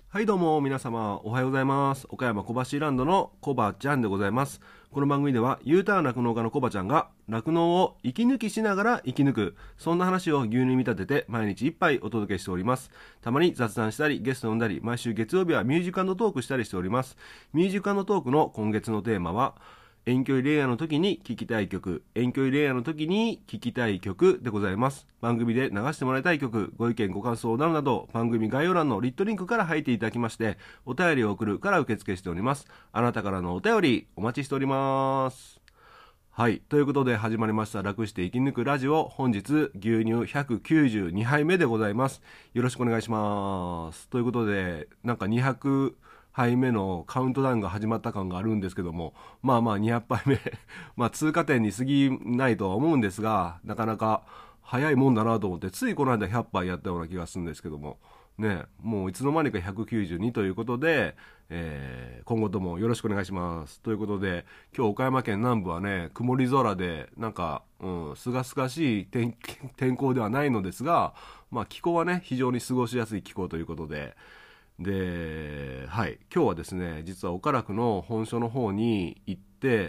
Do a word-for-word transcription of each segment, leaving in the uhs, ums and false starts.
はいどうも皆様おはようございます。岡山小橋ランドのコバちゃんでございます。この番組では U ターン酪農家のコバちゃんが酪農を息抜きしながら生き抜く、そんな話を牛乳に見立てて毎日一杯お届けしております。たまに雑談したりゲストを呼んだり、毎週月曜日はミュージック&トークしたりしております。ミュージック&トークの今月のテーマは遠距離恋愛の時に聴きたい曲、遠距離恋愛の時に聴きたい曲でございます。番組で流してもらいたい曲、ご意見ご感想などなど、番組概要欄のリットリンクから入っていただきまして、お便りを送るから受付しております。あなたからのお便りお待ちしております。はい。ということで始まりました楽して生き抜くラジオ。本日牛乳ひゃくきゅうじゅうにはいめでございます。よろしくお願いします。ということで、なんかにひゃくはいめのカウントダウンが始まった感があるんですけども、まあまあにひゃくはいめまあ通過点に過ぎないとは思うんですが、なかなか早いもんだなと思って、ついこの間ひゃっぱいやったような気がするんですけどもね、もういつの間にかひゃくきゅうじゅうにということで、えー今後ともよろしくお願いしますということで、今日岡山県南部はね曇り空で、なんかうんすがすがしい天天候ではないのですが、まあ気候はね非常に過ごしやすい気候ということで、で、はい、今日はですね、実は岡楽の本所の方に行って、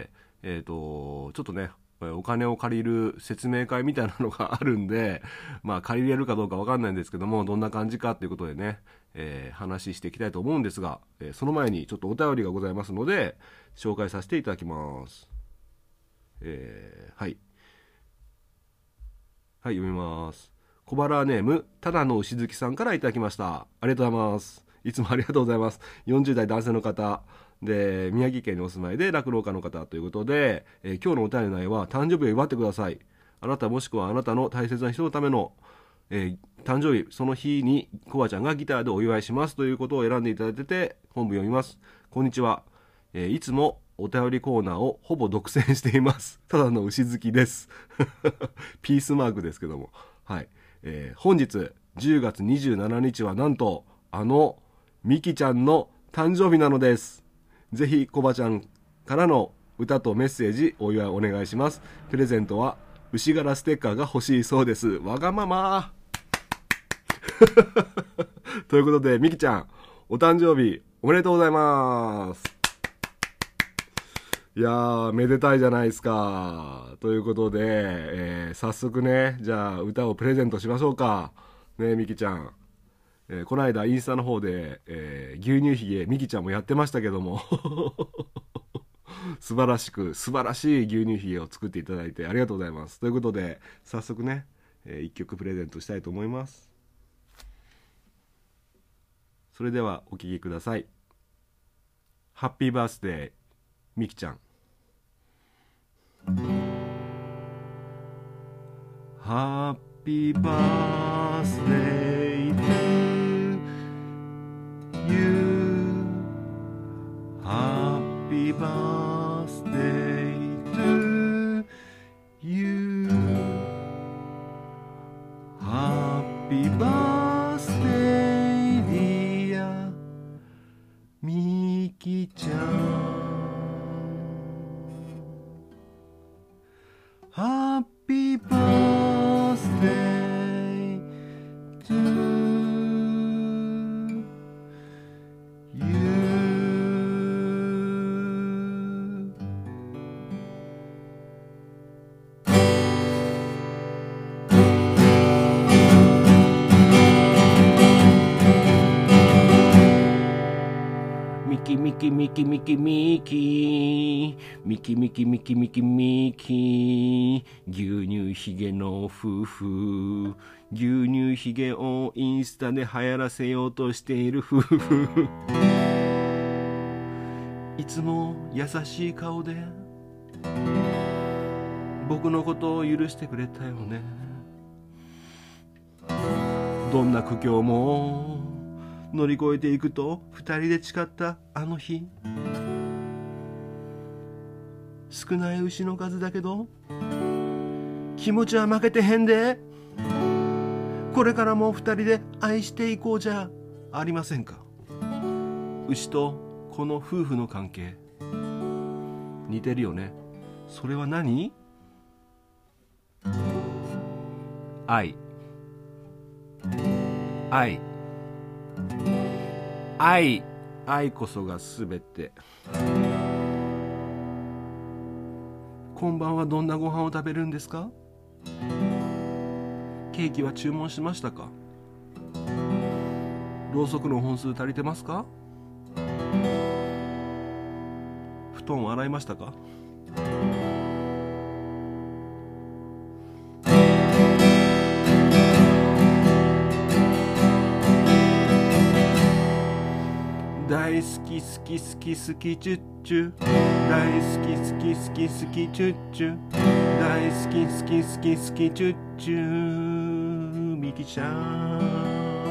えっと、ちょっとね、お金を借りる説明会みたいなのがあるんで、まあ借りれるかどうかわかんないんですけども、どんな感じかっていうことでね、えー話していきたいと思うんですが、えーその前にちょっとお便りがございますので、紹介させていただきます。えーはい。はい、読みます。小腹ネーム、ただの牛月さんからいただきました。ありがとうございます。いつもありがとうございます。よんじゅう代男性の方で、宮城県にお住まいで酪農家の方ということで、えー今日のお便りの内容は誕生日を祝ってください。あなたもしくはあなたの大切な人のための、えー誕生日、その日にコバちゃんがギターでお祝いしますということを選んでいただいてて、本文読みます。こんにちは。えーいつもお便りコーナーをほぼ独占しています。ただの牛好きです。ピースマークですけども。はい。えー本日じゅうがつにじゅうしちにちはなんと、あのミキちゃんの誕生日なのです。ぜひコバちゃんからの歌とメッセージお祝いお願いします。プレゼントは牛柄ステッカーが欲しいそうです。わがまま。ということで、ミキちゃんお誕生日おめでとうございます。いやーめでたいじゃないですか。ということで、えー早速ね、じゃあ歌をプレゼントしましょうかね。ミキちゃん、えーこの間インスタの方で、えー牛乳ひげミキちゃんもやってましたけども素晴らしく素晴らしい牛乳ひげを作っていただいてありがとうございます。ということで早速ね、えー、いっきょくプレゼントしたいと思います。それではお聴きください。ハッピーバースデーミキちゃん。ハッピーバースデー to you。 Happy birthday to you。 Happy birthday dear みきちゃん。 Happy birthday to you。 ミキミキミキミキミキミキミキミキミキミキ牛乳ひげの夫婦、牛乳ひげをインスタで流行らせようとしている夫婦いつも優しい顔で僕のことを許してくれたよね。どんな苦境も乗り越えていくと二人で誓ったあの日、少ない牛の数だけど気持ちは負けてへんで、これからも二人で愛していこうじゃありませんか。牛とこの夫婦の関係似てるよね。それは何？愛愛愛愛こそがすべて。今晩はどんなご飯を食べるんですか？ケーキは注文しましたか？ろうそくの本数足りてますか？布団を洗いましたか？大好き好き好き好きチュッチュ、大好き好き好き好きチュッチュ、大好き好き好き好きチュッチュ、ミキちゃん。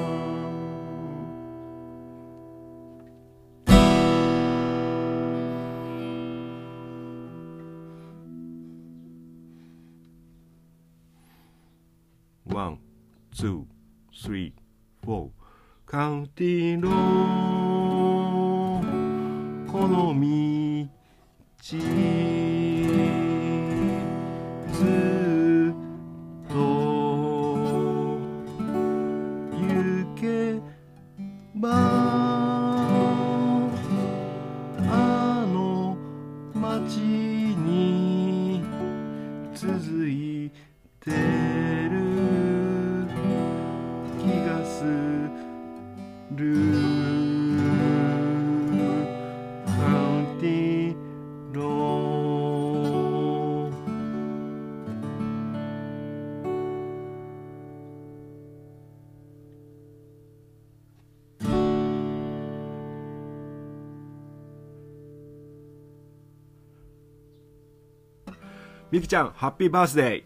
ワン、ツー、スリー、フォー。カウンティロこの道ずっと行けばあの街に続いてる気がする。みきちゃん、ハッピーバースデー。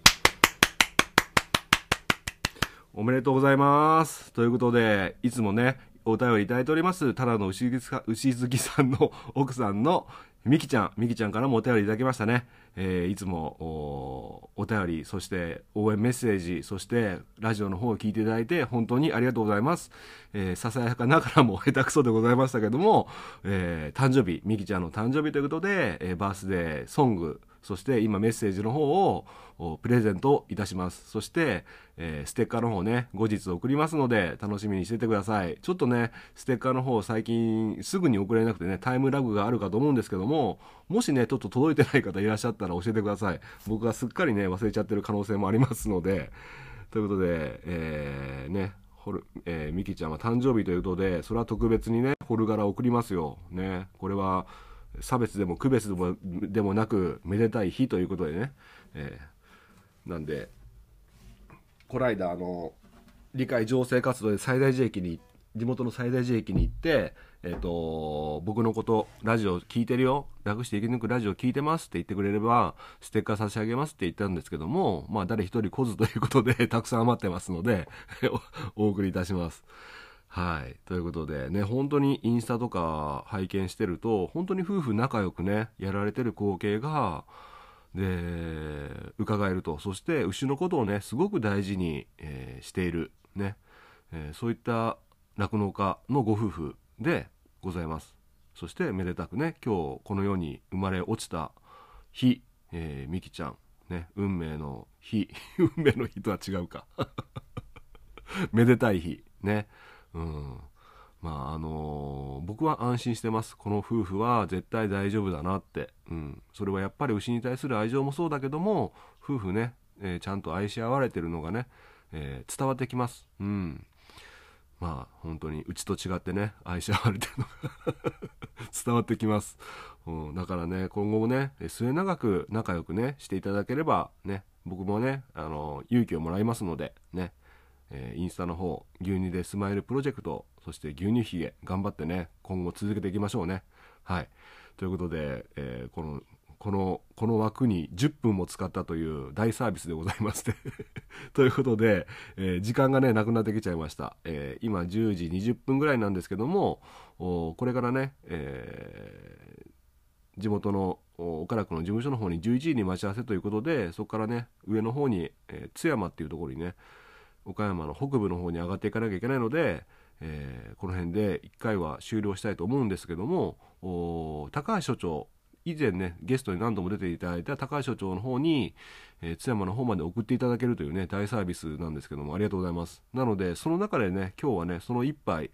おめでとうございます。ということで、いつもね、お便りいただいております、ただの牛月さんの奥さんのみきちゃん、みきちゃんからもお便りいただきましたね。えー、いつも お, お便り、そして応援メッセージ、そしてラジオの方を聞いていただいて本当にありがとうございます。えー、ささやかながらも下手くそでございましたけども、えー、誕生日、みきちゃんの誕生日ということで、えー、バースデーソング、そして今メッセージの方をプレゼントいたします。そして、えー、ステッカーの方ね、後日送りますので楽しみにしててください。ちょっとね、ステッカーの方最近すぐに送れなくてね、タイムラグがあるかと思うんですけども、もしね、ちょっと届いてない方いらっしゃったら教えてください。僕がすっかりね、忘れちゃってる可能性もありますので。ということで、えー、ね、ホル、えー、ミキちゃんは誕生日ということで、それは特別にね、ホル柄送りますよ。ね、これは、差別でも区別でも、でもなくめでたい日ということでね、えー、なんでこの間あの理解醸成活動で西大寺駅に地元の西大寺駅に行って、えー、と僕のことラジオ聞いてるよ、楽して生き抜くラジオ聞いてますって言ってくれればステッカー差し上げますって言ったんですけども、まあ誰一人来ずということでたくさん余ってますのでお送りいたします。はい。ということでね、本当にインスタとか拝見してると、本当に夫婦仲良くね、やられてる光景が、で、伺えると。そして、牛のことをね、すごく大事に、えー、している、ね、えー、そういった酪農家のご夫婦でございます。そして、めでたくね、今日この世に生まれ落ちた日、えー、みきちゃん、ね、運命の日、運命の日とは違うか。めでたい日、ね。うん、まああのー、僕は安心してます。この夫婦は絶対大丈夫だなって、うん、それはやっぱり牛に対する愛情もそうだけども、夫婦ね、えー、ちゃんと愛し合われてるのがね、えー、伝わってきます。うん、まあ本当にうちと違ってね、愛し合われてるのが伝わってきます、うん、だからね、今後もね、末永く仲良くねしていただければね、僕もね、あのー、勇気をもらいますのでね、えー、インスタの方、牛乳でスマイルプロジェクト、そして牛乳ひげ頑張ってね、今後続けていきましょうね。はい。ということで、えー、このこのこの枠にじゅっぷんも使ったという大サービスでございましてということで、えー、時間がねなくなってきちゃいました。えー、今じゅうじにじゅっぷんぐらいなんですけども、これからね、えー、地元の岡楽の事務所の方にじゅういちじに待ち合わせということで、そこからね上の方に、えー、津山っていうところにね、岡山の北部の方に上がっていかなきゃいけないので、えー、この辺でいっかいは終了したいと思うんですけども、高橋所長、以前ねゲストに何度も出ていただいた高橋所長の方に、えー、津山の方まで送っていただけるというね大サービスなんですけども、ありがとうございます。なのでその中でね、今日はねその一杯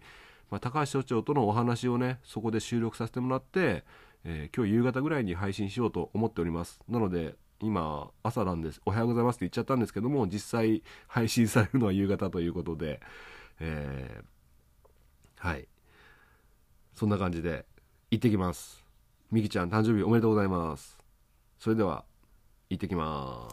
まあ、高橋所長とのお話をねそこで収録させてもらって、えー、今日夕方ぐらいに配信しようと思っております。なので今朝なんです。おはようございますって言っちゃったんですけども、実際配信されるのは夕方ということで、えー、はいそんな感じで行ってきます。みきちゃん誕生日おめでとうございます。それでは行ってきます。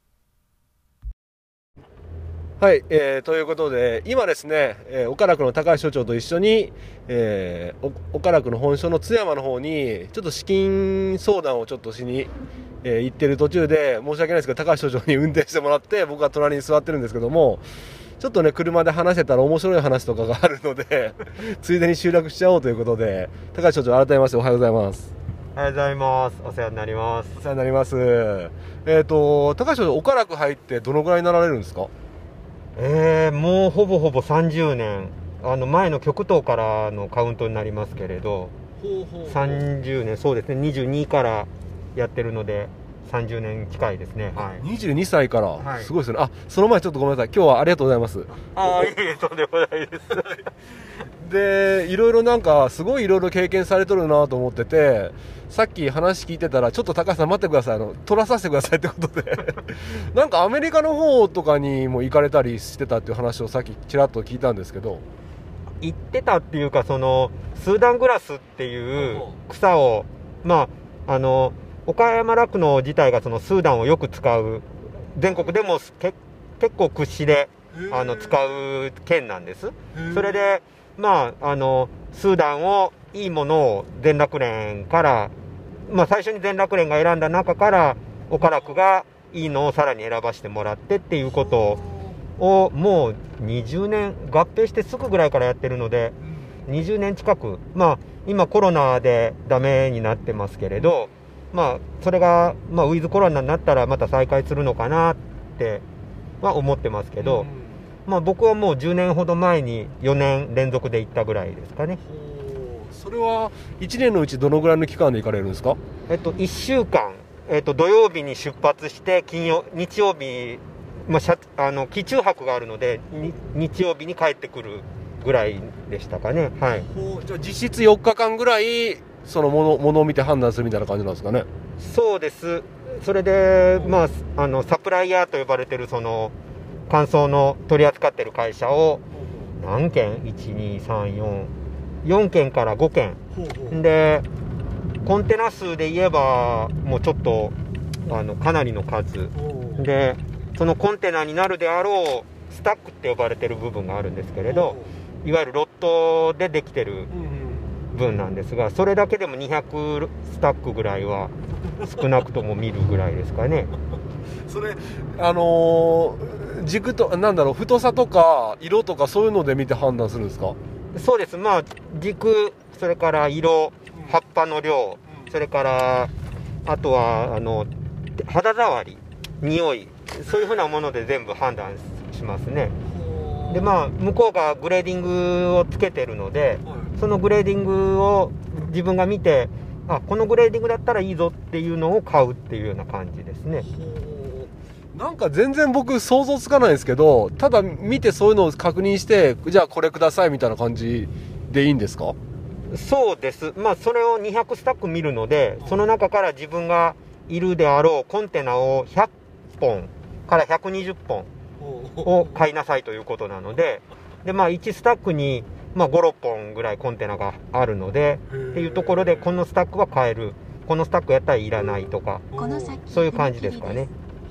はい、えー、ということで今ですね、えー、岡楽の高橋所長と一緒に、えー、岡楽の本所の津山の方にちょっと資金相談をちょっとしに、えー、行ってる途中で申し訳ないですけど高橋所長に運転してもらって僕は隣に座ってるんですけども、ちょっとね車で話せたら面白い話とかがあるのでついでに集落しちゃおうということで、高橋所長改めましておはようございます。 おはようございます。お世話になります。 お世話になります。えっ、ー、と高橋所長岡楽入ってどのぐらいになられるんですか？ えー、もうほぼほぼさんじゅうねん、あの前の極東からのカウントになりますけれど、ほうほうほうさんじゅうねん、そうですね、にじゅうにからやってるのでさんじゅうねん近いですね。はい、 にじゅうにさいから、 はい、 すごいですね。あ、その前ちょっとごめんなさい、今日はありがとうございます。 ああ、いえいえ、とんでもないですでいろいろなんかすごいいろいろ経験されとるなと思ってて、さっき話聞いてたらちょっと高橋さん待ってください、あの撮らさせてくださいってことでなんかアメリカの方とかにも行かれたりしてたっていう話をさっきちらっと聞いたんですけど。 行ってたっていうか、そのスーダングラスっていう草を、まああの岡山酪農自体がそのスーダンをよく使う、全国でもけ結構屈指であの使う県なんです。それでまああのスーダンをいいものを全楽連から、まあ、最初に全楽連が選んだ中から岡楽がいいのをさらに選ばせてもらってっていうことをもうにじゅうねん、合併してすぐぐらいからやってるのでにじゅうねん近く、まあ今コロナでダメになってますけれど、まあそれが、まあ、ウィズコロナになったらまた再開するのかなっては思ってますけど、まあ僕はもうじゅうねんほど前によねん連続で行ったぐらいですかね。 それはいちねんのうちどのぐらいの期間で行かれるんですか？ えっといっしゅうかん、えっと土曜日に出発して金曜日曜日、まあ、あの機中泊があるので日曜日に帰ってくるぐらいでしたかね。はい。 じゃあ実質よっかかんぐらいそのものものを見て判断するみたいな感じなんですかね？ そうです。それでまああのサプライヤーと呼ばれてるその乾燥の取り扱ってる会社を何件 ?いち、に、さん、よん、よんけんからごけんで、コンテナ数で言えばもうちょっとあのかなりの数で、そのコンテナになるであろうスタックって呼ばれてる部分があるんですけれど、いわゆるロットでできてる分なんですが、それだけでもにひゃくスタックぐらいは少なくとも見るぐらいですかね。 それあのー、軸となんだろう、太さとか色とかそういうので見て判断するんですか？ そうです。まあ軸、それから色、葉っぱの量、それからあとはあの肌触り、匂い、そういうふうなもので全部判断しますね。でまあ向こうがグレーディングをつけてるので、そのグレーディングを自分が見て、あ、このグレーディングだったらいいぞっていうのを買うっていうような感じですね。 なんか全然僕想像つかないんですけど、ただ見てそういうのを確認して、じゃあこれくださいみたいな感じでいいんですか？ そうです。まあそれをにひゃくスタック見るので、その中から自分がいるであろうコンテナをひゃっぽんからひゃくにじゅっぽんを買いなさいということなので、でまあいちスタックにまあご、ろっぽんぐらいコンテナがあるのでっていうところで、このスタックは買える、このスタックやったらいらないとか、そういう感じですかね。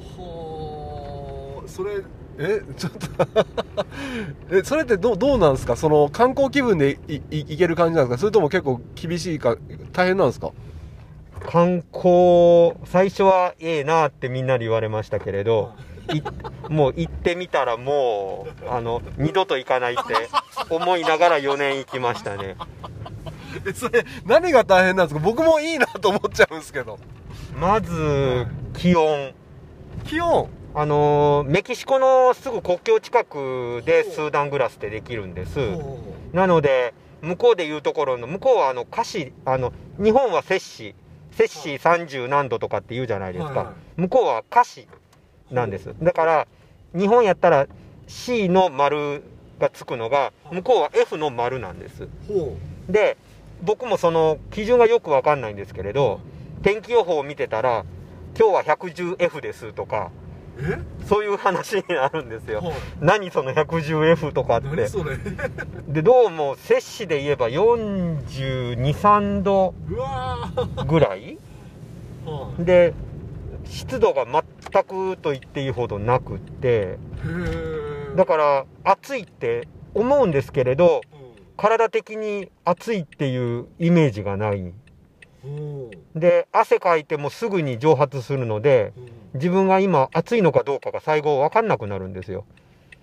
それえちょっとえそれってどうどうなんですか？その観光気分でいいいける感じなんですか？それとも結構厳しいか大変なんですか？ 観光最初はええなってみんなで言われましたけれど、もう行ってみたらもうあの二度と行かないって思いながらよねん行きましたね。 えそれ何が大変なんですか？僕もいいなと思っちゃうんですけど。 まず気温気温あのメキシコのすぐ国境近くでスーダングラスってできるんです。なので向こうでいうところの、向こうはあの華氏、あの日本は摂氏摂氏さんじゅうなんどとかって言うじゃないですか、はいはい、向こうは華氏なんです。だから日本やったら C の丸がつくのが向こうは エフ の丸なんです。 ほで僕もその基準がよく分かんないんですけれど、天気予報を見てたら今日は ひゃくじゅうエフ ですとか、 えそういう話になるんですよ。 はい何その ひゃくじゅうエフ とかって。 何それでどうも摂氏で言えばよんじゅうに、さんどうわーぐらいはいで、湿度が全くと言っていいほどなくって、 へーだから暑いって思うんですけれど、 うん体的に暑いっていうイメージがない。 ほうで汗かいてもすぐに蒸発するので、 うん自分が今暑いのかどうかが最後分かんなくなるんですよ。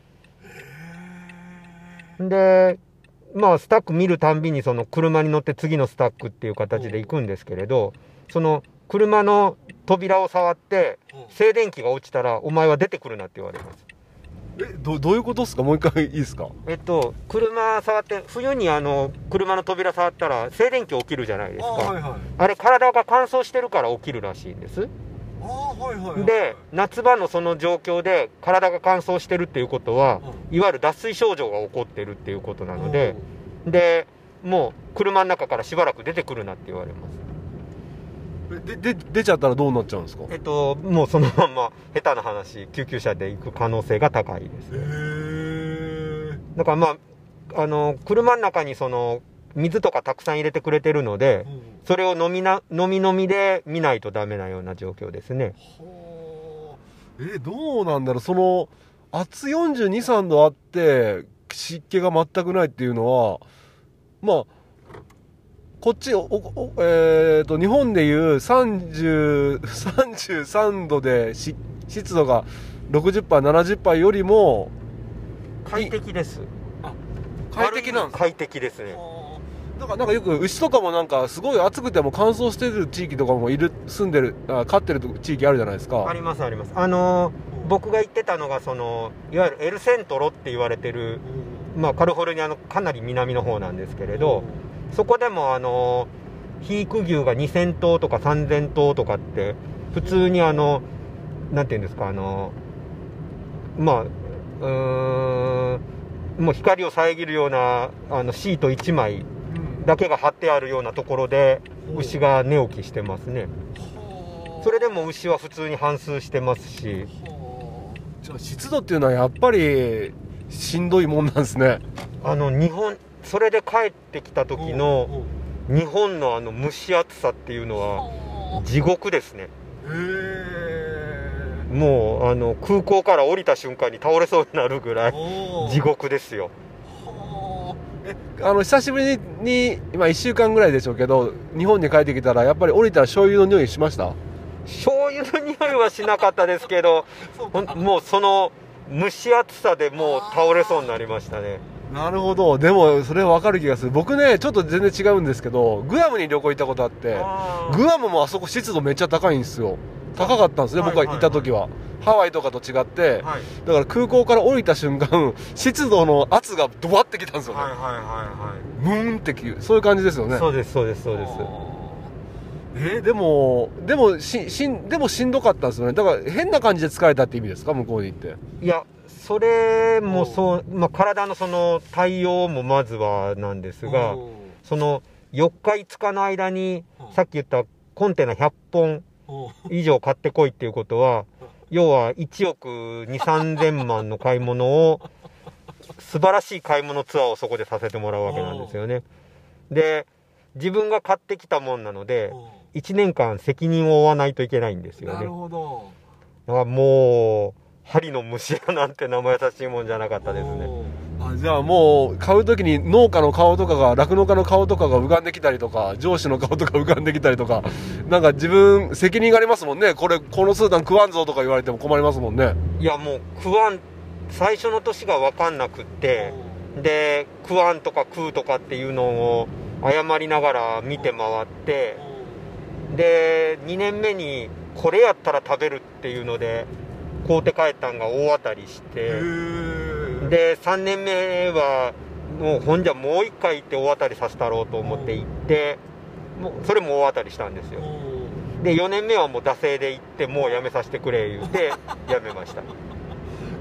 でまあスタック見るたんびにその車に乗って次のスタックっていう形で行くんですけれど、その車の扉を触って静電気が落ちたらお前は出てくるなって言われます。 えどどういうことですか？もう一回いいですか？ えっと車触って冬にあの車の扉触ったら静電気起きるじゃないですか。 あーはいはいあれ体が乾燥してるから起きるらしいんです。 あーはいはいはいで夏場のその状況で体が乾燥してるっていうことは、いわゆる脱水症状が起こってるっていうことなので、でもう車の中からしばらく出てくるなって言われます。 でで出ちゃったらどうなっちゃうんですか？ えっともうそのまんま下手な話救急車で行く可能性が高いです。 へーだからまああの車の中にその水とかたくさん入れてくれてるので、 うんそれを飲みな飲み飲みで見ないとダメなような状況ですね。 はあえどうなんだろう、その暑よんじゅうに、さんどあって湿気が全くないっていうのは、まあこっちおおえー、と日本でいうさんじゅう、さんじゅうさんどでし湿度が ろくじゅっパーセント、ななじゅっパーセント よりも快適です。 快適なんですか？ 快適ですね。 なんかなんかよく牛とかもなんかすごい暑くても乾燥してる地域とかもいる住んでるあ飼ってる地域あるじゃないですか。 ありますあります。あのー、僕が言ってたのがそのいわゆるエルセントロって言われてる、まあ、カリフォルニアのかなり南の方なんですけれど、そこでもあの肥育牛がにせんとうとかさんぜんとうとかって普通にあのなんていうんですか、あのまあうーんもう光を遮るようなあのシートいちまいだけが貼ってあるようなところで牛が寝起きしてますね。それでも牛は普通に反芻してますし。 じゃあ湿度っていうのはやっぱりしんどいもんなんですね。 あの日本それで帰ってきた時の日本のあの蒸し暑さっていうのは地獄ですね。 へーもうあの空港から降りた瞬間に倒れそうになるぐらい地獄ですよ。 えあの久しぶりに今いっしゅうかんぐらいでしょうけど日本に帰ってきたらやっぱり降りたら醤油の匂いしました？ 醤油の匂いはしなかったですけどほんもうその蒸し暑さでもう倒れそうになりましたね。 なるほど。でもそれは分かる気がする。僕ねちょっと全然違うんですけどグアムに旅行行ったことあってグアムもあそこ湿度めっちゃ高いんですよ。高かったんですね、僕がいた時は、ハワイとかと違って、 はい、 だから空港から降りた瞬間湿度の圧がドバってきたんですよね。 はいはいはいはいムーンってきそういう感じですよね。 そうですそうですそうです。 えー、でもでもししんでもしんどかったんですよね。だから変な感じで疲れたって意味ですか、向こうに行って？ いやそれもそう、まあ、体のその対応もまずはなんですが、そのよっかいつかの間にさっき言ったコンテナひゃっぽん以上買ってこいっていうことは要はいちおくに、さんぜんまんの買い物を素晴らしい買い物ツアーをそこでさせてもらうわけなんですよね。で自分が買ってきたもんなのでいちねんかん責任を負わないといけないんですよね。 なるほど。 だからもう針の虫屋なんて生優しいもんじゃなかったですね。 あじゃあもう買う時に農家の顔とかが酪農家の顔とかが浮かんできたりとか上司の顔とか浮かんできたりとかなんか自分責任がありますもんね。これこのスーダン食わんぞとか言われても困りますもんね。 いやもう食わん最初の年が分かんなくってで食わんとか食うとかっていうのを謝りながら見て回ってでにねんめにこれやったら食べるっていうので買うて帰ったんが大当たりしてでさんねんめはもうほんじゃもう一回行って大当たりさせたろうと思って行ってもうそれも大当たりしたんですよ。でよねんめはもう惰性で行ってもうやめさせてくれ言うてやめました。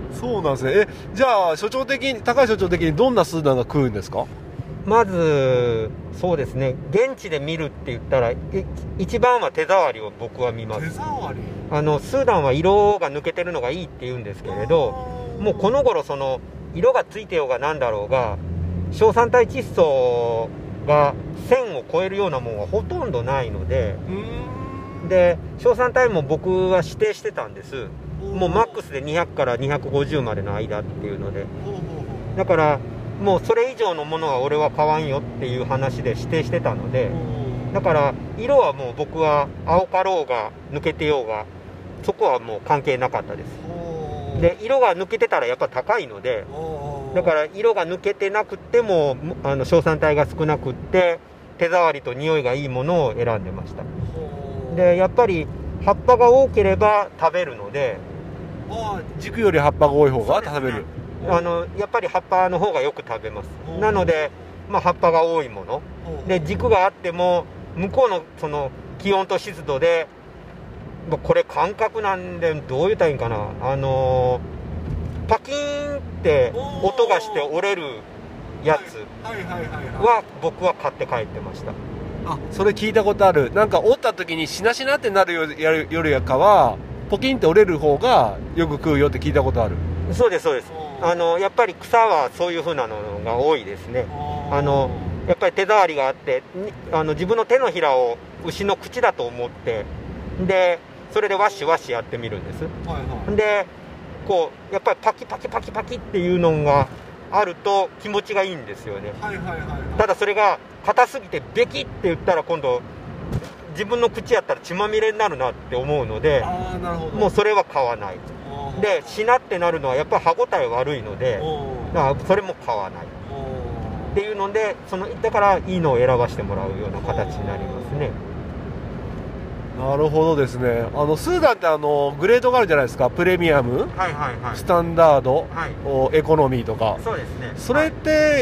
そうなんですね。えじゃあ所長的に高橋所長的にどんなスーダンが食うんですか？ まずそうですね、現地で見るって言ったらい一番は手触りを僕は見ます。 手触りあのスーダンは色が抜けてるのがいいって言うんですけれど、もうこの頃その色がついてようがなんだろうが硝酸体窒素がせんを超えるようなものはほとんどないので、で硝酸体も僕は指定してたんです。もうマックスでにひゃくからにひゃくごじゅうまでの間っていうので、だからもうそれ以上のものは俺は買わんよっていう話で指定してたので、だから色はもう僕は青かろうが抜けてようがそこはもう関係なかったです。で色が抜けてたらやっぱ高いので、だから色が抜けてなくてもあの硝酸体が少なくって手触りと匂いがいいものを選んでました。でやっぱり葉っぱが多ければ食べるので、 あ軸より葉っぱが多い方が食べる、 あのやっぱり葉っぱの方がよく食べます。なので、まあ、葉っぱが多いもので軸があっても向こうのその気温と湿度で、これ感覚なんでどう言ったらいいんかな、あのー、パキーンって音がして折れるやつは僕は買って帰ってました。 あそれ聞いたことある。なんか折った時にしなしなってなるよりかはポキンって折れる方がよく食うよって聞いたことある。 そうですそうです。あのやっぱり草はそういう風なのが多いですね。あのやっぱり手触りがあってあの自分の手のひらを牛の口だと思ってでそれでワッシュワッシュやってみるんです、はいはい、でこうやっぱりパキパキパキパキっていうのがあると気持ちがいいんですよね、はいはいはいはい、ただそれが硬すぎてベキって言ったら今度自分の口やったら血まみれになるなって思うので、あなるほどもうそれは買わない。でしなってなるのはやっぱり歯ごたえ悪いのでだからそれも買わないっていうので、そのだからいいのを選ばせてもらうような形になりますね。 なるほどですね。あのスーダンってあのグレードがあるじゃないですか。プレミアム、 はいはいはい、 スタンダード、はい、エコノミーとか。 そうですね。 それって、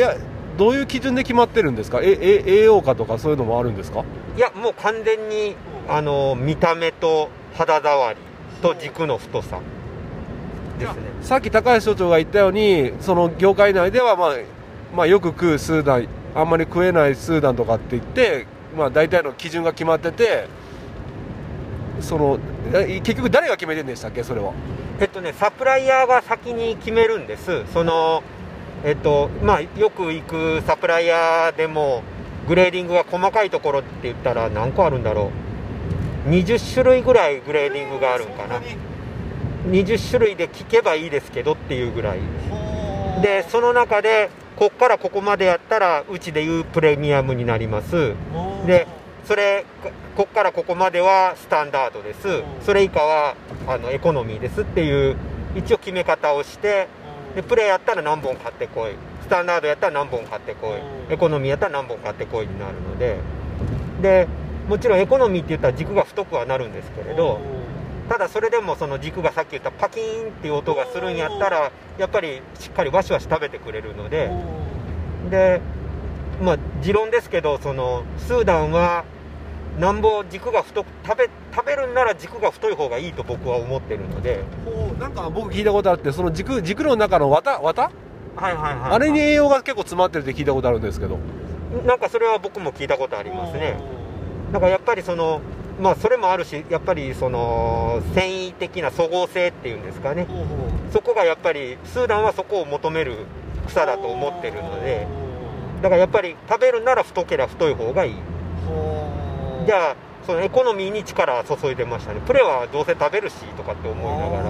はい、どういう基準で決まってるんですか？ええ栄養価とかそういうのもあるんですか？ いやもう完全にあの見た目と肌触りと軸の太さですね。 さっき高橋所長が言ったようにその業界内では、まあ、まあよく食うスーダンあんまり食えないスーダンとかって言って、まあ、大体の基準が決まってて、その結局誰が決めてるんでしたっけ？それはえっとねサプライヤーが先に決めるんです。そのえっとまあよく行くサプライヤーでもグレーディングが細かいところって言ったら何個あるんだろう、にじゅっしゅるいぐらいグレーディングがあるんかな。にじゅっしゅるいで聞けばいいですけどっていうぐらいで、その中でこっからここまでやったらうちでいうプレミアムになります。でそれこっからここまではスタンダードです、それ以下はあのエコノミーですっていう一応決め方をして、でプレやったら何本買ってこい、スタンダードやったら何本買ってこい、エコノミーやったら何本買ってこいになるので、でもちろんエコノミーって言ったら軸が太くはなるんですけれど、ただそれでもその軸がさっき言ったパキーンっていう音がするんやったらやっぱりしっかりワシワシ食べてくれるので、でまあ持論ですけど、そのスーダンはなんぼ軸が太く食べ食べるんなら軸が太い方がいいと僕は思ってるので、 なんか僕聞いたことあって、その軸軸の中の綿綿、 はいはいはい、はい、 あれに栄養が結構詰まってるって聞いたことあるんですけど、 なんかそれは僕も聞いたことありますね。だからやっぱりそのまあそれもあるし、やっぱりその繊維的なそごう性っていうんですかね、そこがやっぱりスーダンはそこを求める草だと思ってるので、だからやっぱり食べるなら太ければ太い方がいい。じゃあそのエコノミーに力は注いでましたね。プレはどうせ食べるしとかって思いながら。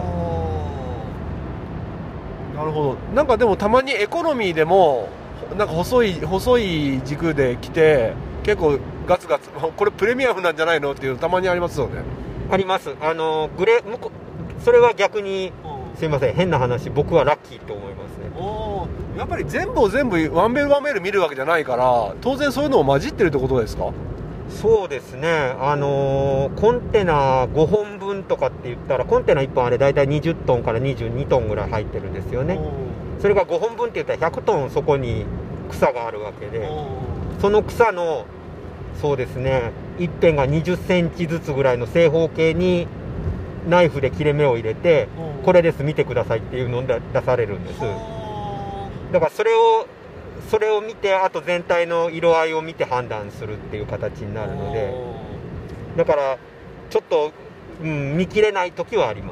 なるほど。なんかでもたまにエコノミーでもなんか細い細い軸で来て結構ガツガツ、これプレミアムなんじゃないのっていうのたまにありますよね。 あります。あのグレ向こそれは逆にすいません変な話、僕はラッキーと思いますね。 おやっぱり全部を全部ワンベルワンベル見るわけじゃないから当然そういうのも混じってるってことですか？ そうですね。あのー、コンテナごほんぶんとかって言ったらコンテナいっぽんあれだいたいにじゅっトンからにじゅうにトンぐらい入ってるんですよね。それがごほんぶんって言ったらひゃくトンそこに草があるわけで、その草のそうですね一辺がにじゅっセンチずつぐらいの正方形にナイフで切れ目を入れて、これです見てくださいっていうのを出されるんです。だからそれをそれを見て、あと全体の色合いを見て判断するっていう形になるので、だからちょっと、うん、見切れない時はあります。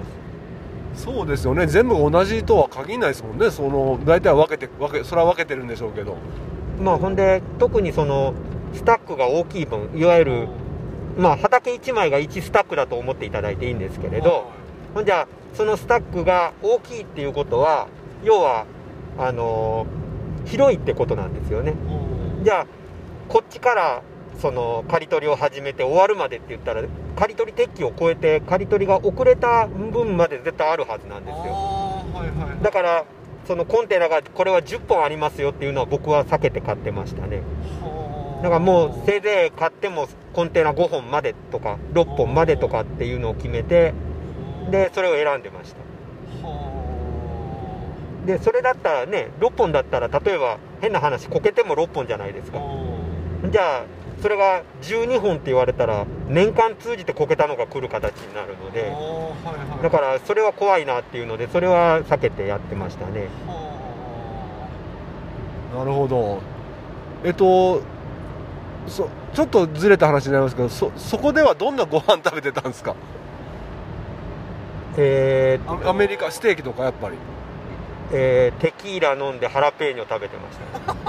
そうですよね、全部同じとは限らないですもんね。その大体は分けて分けそれは分けてるんでしょうけど、 まあほんで特にそのスタックが大きい分、いわゆるまあ畑いちまいがいちスタックだと思っていただいていいんですけれど、ほんじゃそのスタックが大きいっていうことは、要はあのー、広いってことなんですよね。じゃあこっちからその刈り取りを始めて終わるまでって言ったら、刈り取り適期を超えて刈り取りが遅れた分まで絶対あるはずなんですよ。はいはい、だからそのコンテナがこれはじゅっぽんありますよっていうのは僕は避けて買ってましたね。だからもうせいぜい買ってもコンテナごほんまでとかろっぽんまでとかっていうのを決めて、でそれを選んでました。でそれだったらね、ろっぽんだったら例えば変な話こけてもろっぽんじゃないですか。じゃあそれがじゅうにほんって言われたら年間通じてこけたのが来る形になるので、はいはい、だからそれは怖いなっていうのでそれは避けてやってましたね。 なるほど。えっとそちょっとずれた話になりますけど、 そ, そこではどんなご飯食べてたんですか？ えー、 アメリカステーキとかやっぱり、 えー、テキーラ飲んでハラペーニョ食べてました、ね、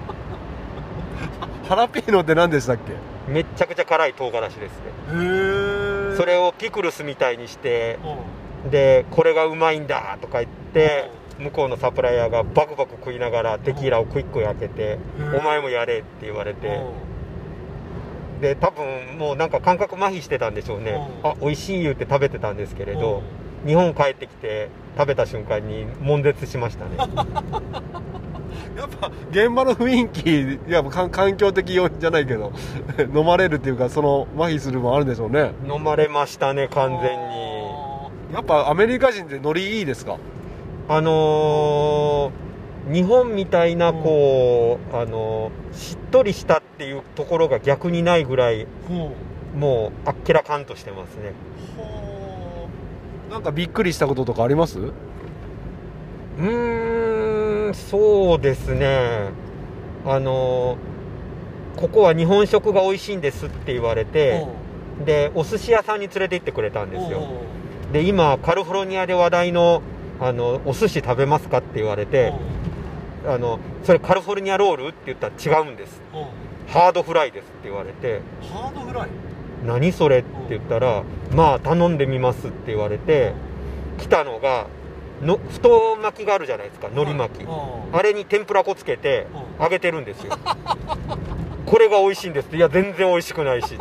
ハラペーニョって何でしたっけ？ めっちゃくちゃ辛い唐辛子ですね。へー。それをピクルスみたいにして、うん、でこれがうまいんだとか言って、うん、向こうのサプライヤーがバクバク食いながらテキーラをクイック開けて、うん、お前もやれって言われて、うん、で多分もうなんか感覚麻痺してたんでしょうね、うん、あ美味しい言って食べてたんですけれど、うん、日本帰ってきて食べた瞬間に悶絶しましたね。 やっぱ現場の雰囲気、やっぱ環境的要因じゃないけど飲まれるっていうか、その麻痺するもあるんでしょうね。 飲まれましたね完全に。 やっぱアメリカ人ってノリいいですか？ あのー、日本みたいなこう、うん、あのー、しっとりしたっていうところが逆にないぐらい、うん、もうあっけらかんとしてますね。 なんかびっくりしたこととかあります？ うーんそうですね、あのここは日本食が美味しいんですって言われて、でお寿司屋さんに連れて行ってくれたんですよ。で今カリフォルニアで話題のあのお寿司食べますかって言われて、あのそれカリフォルニアロールって言ったら違うんです、ハードフライですって言われて、 ハードフライ何それって言ったら、まあ頼んでみますって言われて、来たのがの太巻きがあるじゃないですか、海苔巻き、はい、あれに天ぷら粉つけて揚げてるんですよ。これが美味しいんですって。いや全然美味しくないし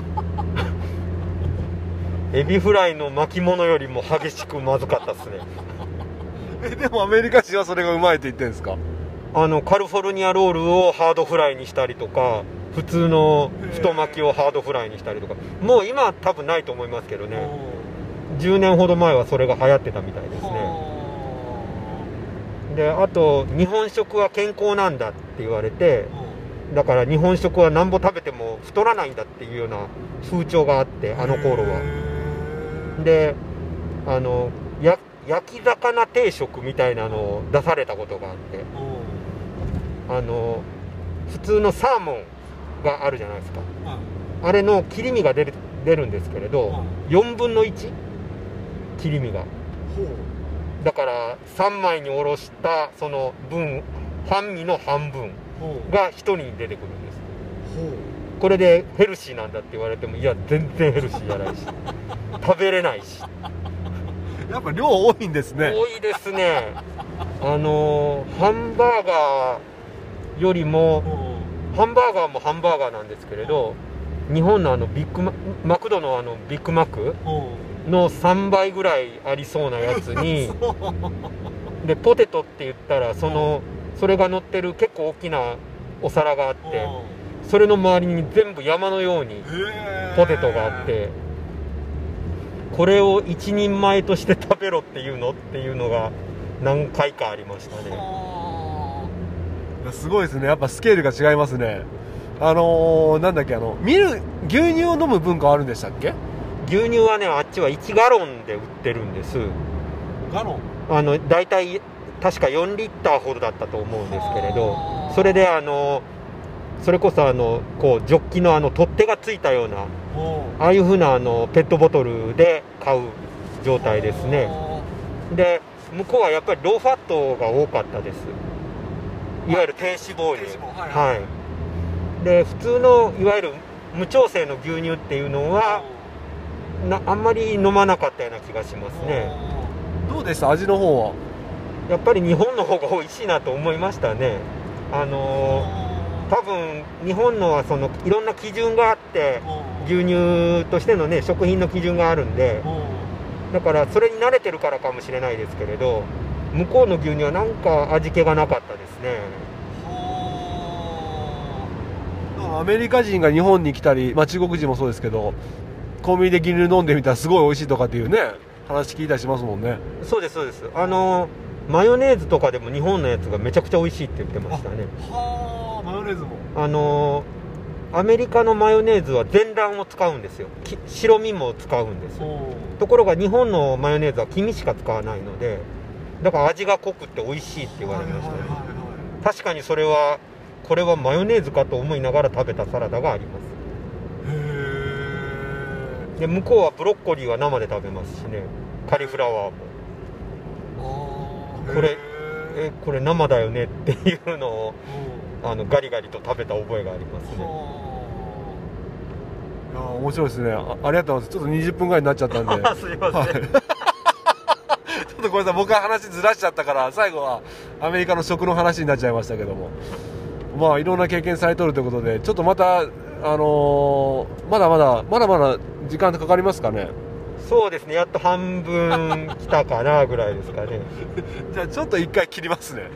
エビフライの巻物よりも激しくまずかったですね。 えでもアメリカ人はそれがうまいって言ってるんですか？ あのカリフォルニアロールをハードフライにしたりとか、普通の太巻きをハードフライにしたりとか、もう今は多分ないと思いますけどね、じゅうねんほど前はそれが流行ってたみたいですね。であと日本食は健康なんだって言われて、だから日本食はなんぼ食べても太らないんだっていうような風潮があって、あの頃は。であのや焼き魚定食みたいなのを出されたことがあって、あの普通のサーモンがあるじゃないですか、あれの切り身が出る、出るんですけれど、よんぶんのいち切り身が、だからさんまいにおろしたその分半身の半分がひとりに出てくるんです。これでヘルシーなんだって言われても、いや全然ヘルシーじゃないし食べれないし。 やっぱ量多いんですね。 多いですね。あのハンバーガーよりも、ハンバーガーもハンバーガーなんですけれど、日本のあのビッグママクドのあのビッグマックのさんばいぐらいありそうなやつにでポテトって言ったら、そのそれが乗ってる結構大きなお皿があって、それの周りに全部山のようにポテトがあって、これを一人前として食べろっていうのっていうのが何回かありましたね。 すごいですね。やっぱスケールが違いますね。あのー、なんだっけ、あのミル牛乳を飲む文化あるんでしたっけ？ 牛牛乳はねあっちはいちガロンで売ってるんです。 ガロンあの大体確かよんリッターほどだったと思うんですけれど、それであのそれこそあのこうジョッキのあの取っ手がついたようなああいう風なあのペットボトルで買う状態ですね。で向こうはやっぱりローファットが多かったです。いわゆる低脂肪乳、はい、はい、で普通のいわゆる無調整の牛乳っていうのはなあんまり飲まなかったような気がしますね。 どうでした、味の方は？ やっぱり日本の方が美味しいなと思いましたね。あのー、多分日本のはそのいろんな基準があって牛乳としてのね食品の基準があるんで、だからそれに慣れてるからかもしれないですけれど、向こうの牛乳はなんか味気がなかったですね。 アメリカ人が日本に来たり、まあ、中国人もそうですけどコンビニで牛乳飲んでみたらすごい美味しいとかっていうね話聞いたりしますもんね。 そうですそうです。あのマヨネーズとかでも日本のやつがめちゃくちゃ美味しいって言ってましたね。 はあ、マヨネーズもあのアメリカのマヨネーズは全卵を使うんですよ。白身も使うんです。ところが日本のマヨネーズは黄身しか使わないので、だから味が濃くて美味しいって言われましたね。確かにそれはこれはマヨネーズかと思いながら食べたサラダがあります。へで向こうはブロッコリーは生で食べますしね、カリフラワーも。これえこれ生だよねっていうのをあのガリガリと食べた覚えがありますね。 いや面白いですね。 あ, ありがとうございます。ちょっとにじゅっぷんぐらいになっちゃったんですいません、はい、ちょっとごめんなさい、僕は話ずらしちゃったから最後はアメリカの食の話になっちゃいましたけどもまあいろんな経験されとるということで、ちょっとまたあのー、まだまだまだまだ時間かかりますかね。 そうですね、やっと半分来たかなぐらいですかねじゃあちょっと一回切りますね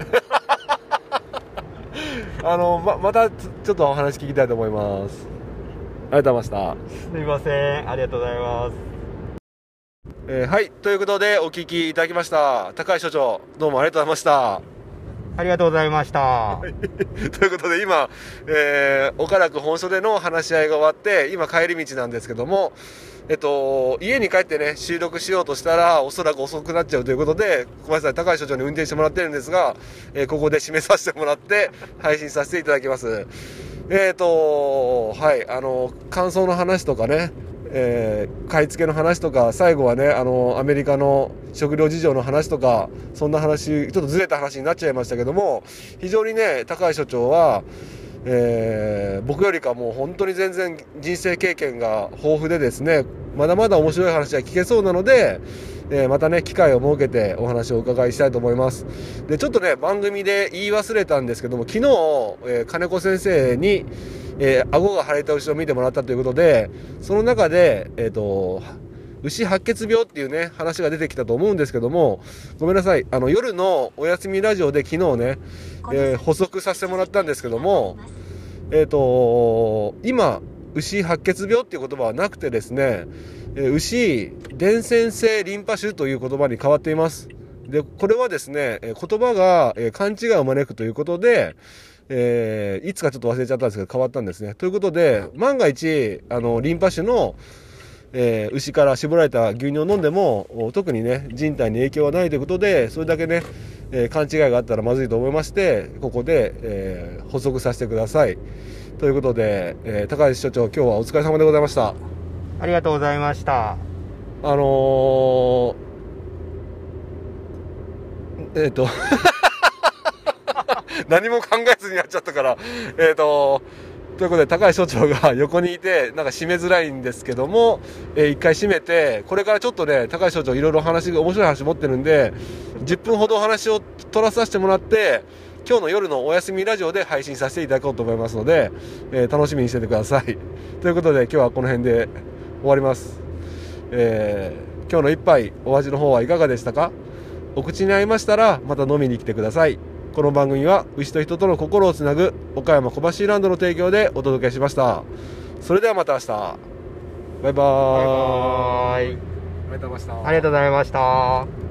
あの ま, またちょっとお話聞きたいと思います。ありがとうございました。 すみません、ありがとうございます。 えー、はいということでお聞きいただきました高橋所長、どうもありがとうございました。 ありがとうございましたということで今、えー、岡楽本所での話し合いが終わって今帰り道なんですけども、えっと、家に帰ってね収録しようとしたらおそらく遅くなっちゃうということでごめんなさい高橋所長に運転してもらってるんですが、えー、ここで締めさせてもらって配信させていただきます。えっとはいあの感想の話とかね、えー、買い付けの話とか最後はねあのアメリカの食料事情の話とかそんな話ちょっとずれた話になっちゃいましたけども、非常にね高橋所長はえー、僕よりかもう本当に全然人生経験が豊富でですねまだまだ面白い話が聞けそうなので、えー、またね機会を設けてお話をお伺いしたいと思います。でちょっとね番組で言い忘れたんですけども昨日、えー、金子先生に、えー、顎が腫れた牛を見てもらったということでその中でえっと牛白血病っていうね話が出てきたと思うんですけども、ごめんなさいあの夜のお休みラジオで昨日ね、えー、補足させてもらったんですけども、えーと今牛白血病っていう言葉はなくてですね、えー、牛伝染性リンパ腫という言葉に変わっています。でこれはですね言葉が勘違いを招くということで、えー、いつかちょっと忘れちゃったんですけど変わったんですね。ということで万が一あのリンパ腫のえー、牛から絞られた牛乳を飲んでも特にね人体に影響はないということでそれだけね、えー、勘違いがあったらまずいと思いましてここで、えー、補足させてくださいということで、えー、高橋所長今日はお疲れ様でございました。 ありがとうございました。 あのー、えっ、ー、と何も考えずにやっちゃったからえっ、ー、とということで高橋所長が横にいてなんか締めづらいんですけども、えー、一回締めてこれからちょっとね高橋所長いろいろ話が面白い話持ってるんでじゅっぷんほどお話を取らさせてもらって今日の夜のお休みラジオで配信させていただこうと思いますので、えー、楽しみにしててくださいということで今日はこの辺で終わります。えー、今日の一杯お味の方はいかがでしたか。お口に合いましたらまた飲みに来てください。この番組は牛と人との心をつなぐ岡山小橋ランドの提供でお届けしました。それではまた明日。バイバーイ。 バイバーイ。 ありがとうございました。 ありがとうございました。